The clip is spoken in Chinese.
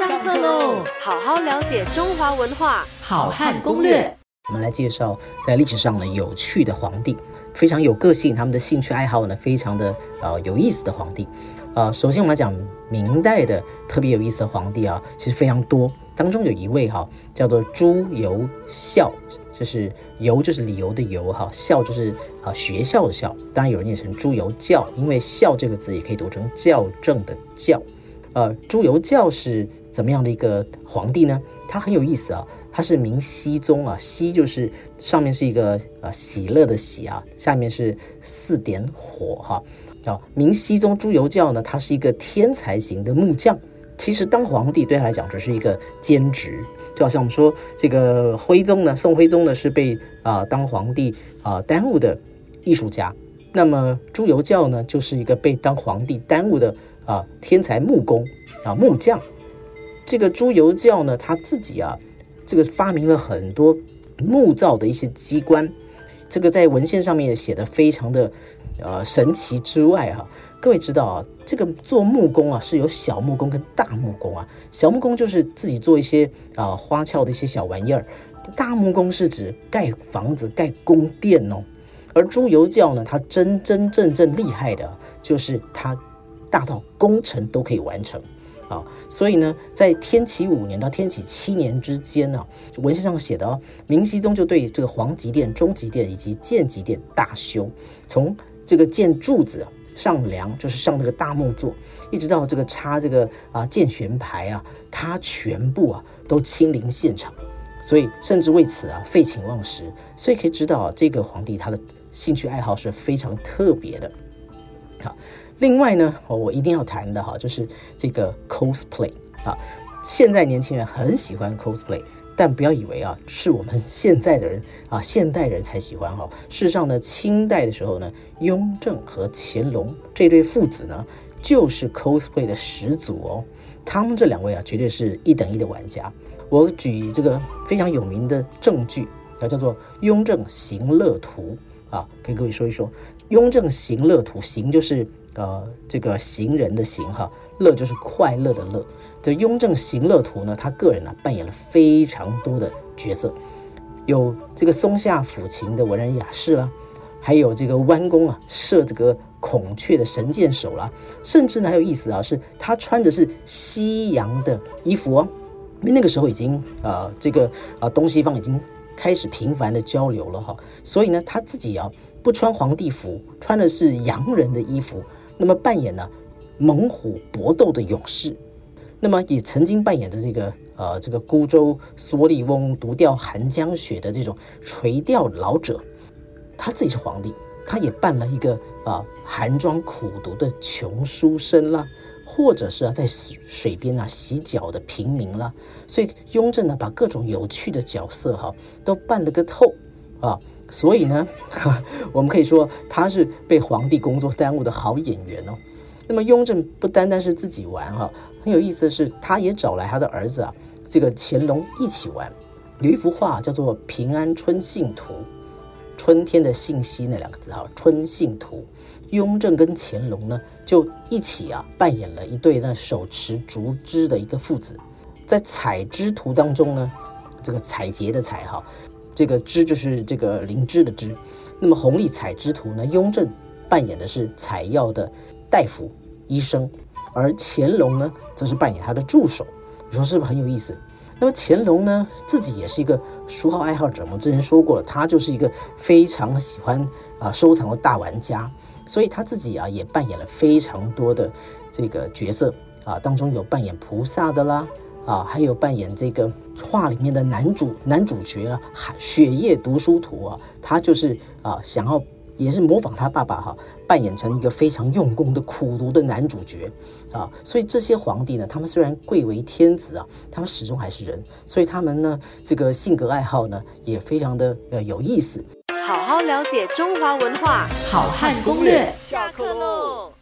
上课喽！ 好好了解中华文化， 好汉攻略。 我们来介绍在历史上呢有趣的皇帝，非常有个性，他们的兴趣爱好呢非常的有意思的皇帝。首先我们来讲明代的特别有意思的皇帝啊，其实非常多。当中有一位叫做朱由校，就是由就是理由的由校就是学校的校，当然有人念成朱由校，因为校这个字也可以读成校正的校。朱由校是怎么样的一个皇帝呢？他很有意思啊，他是明熹宗啊，熹就是上面是一个喜乐的喜下面是4点火明熹宗朱由校呢，他是一个天才型的木匠。其实当皇帝对他来讲只是一个兼职，就好像我们说这个宋徽宗呢是被当皇帝耽误的艺术家，那么朱由校呢就是一个被当皇帝耽误的天才木工木匠。这个朱由校呢他自己这个发明了很多木造的一些机关，这个在文献上面也写得非常的神奇之外各位知道这个做木工是有小木工跟大木工小木工就是自己做一些花俏的一些小玩意儿，大木工是指盖房子盖宫殿而朱由校呢，他真正厉害的就是他大到工程都可以完成所以呢，在天启5年到天启7年之间文献上写的明熹宗就对这个皇极殿、中极殿以及建极殿大修，从这个建柱子上梁，就是上那个大木座，一直到这个插这个建悬牌他全部都亲临现场，所以甚至为此废寝忘食。所以可以知道这个皇帝他的兴趣爱好是非常特别的。另外呢，我一定要谈的就是这个 cosplay 现在年轻人很喜欢 cosplay， 但不要以为是我们现在的人现代人才喜欢事实上呢，清代的时候呢，雍正和乾隆这对父子呢就是 cosplay 的始祖他们这两位绝对是一等一的玩家。我举这个非常有名的证据叫做雍正行乐图跟各位说一说。雍正行乐图，行就是这个行人的行乐就是快乐的乐。这雍正行乐图呢，他个人扮演了非常多的角色，有这个松下抚琴的文人雅士啦，还有这个弯弓射这个孔雀的神箭手啦，甚至呢还有意思是他穿的是西洋的衣服因为那个时候已经这个东西方已经开始频繁的交流了所以呢他自己不穿皇帝服，穿的是洋人的衣服，那么扮演了猛虎搏斗的勇士，那么也曾经扮演着这个孤舟蓑笠翁，独钓寒江雪的这种垂钓老者。他自己是皇帝，他也扮了一个寒窗苦读的穷书生啦，或者是在水边洗脚的平民啦。所以雍正把各种有趣的角色都扮了个透所以呢我们可以说他是被皇帝工作耽误的好演员那么雍正不单单是自己玩很有意思的是，他也找来他的儿子这个乾隆一起玩。有一幅画叫做《平安春信图》，春天的信息那两个字春信图。雍正跟乾隆呢就一起扮演了一对手持竹枝的一个父子。在采枝图当中呢，这个采撷的采这个枝就是这个灵芝的芝。那么弘历采枝图呢，雍正扮演的是采药的大夫医生，而乾隆呢则是扮演他的助手。你说是不是很有意思？那么乾隆呢自己也是一个书号爱好者，我们之前说过了，他就是一个非常喜欢收藏的大玩家，所以他自己也扮演了非常多的这个角色当中有扮演菩萨的啦还有扮演这个画里面的男主角雪夜读书图他就是想要也是模仿他爸爸扮演成一个非常用功的苦读的男主角所以这些皇帝呢，他们虽然贵为天子他们始终还是人，所以他们呢这个性格爱好呢也非常的有意思。 好好了解中华文化， 好汉攻略， 下课喽。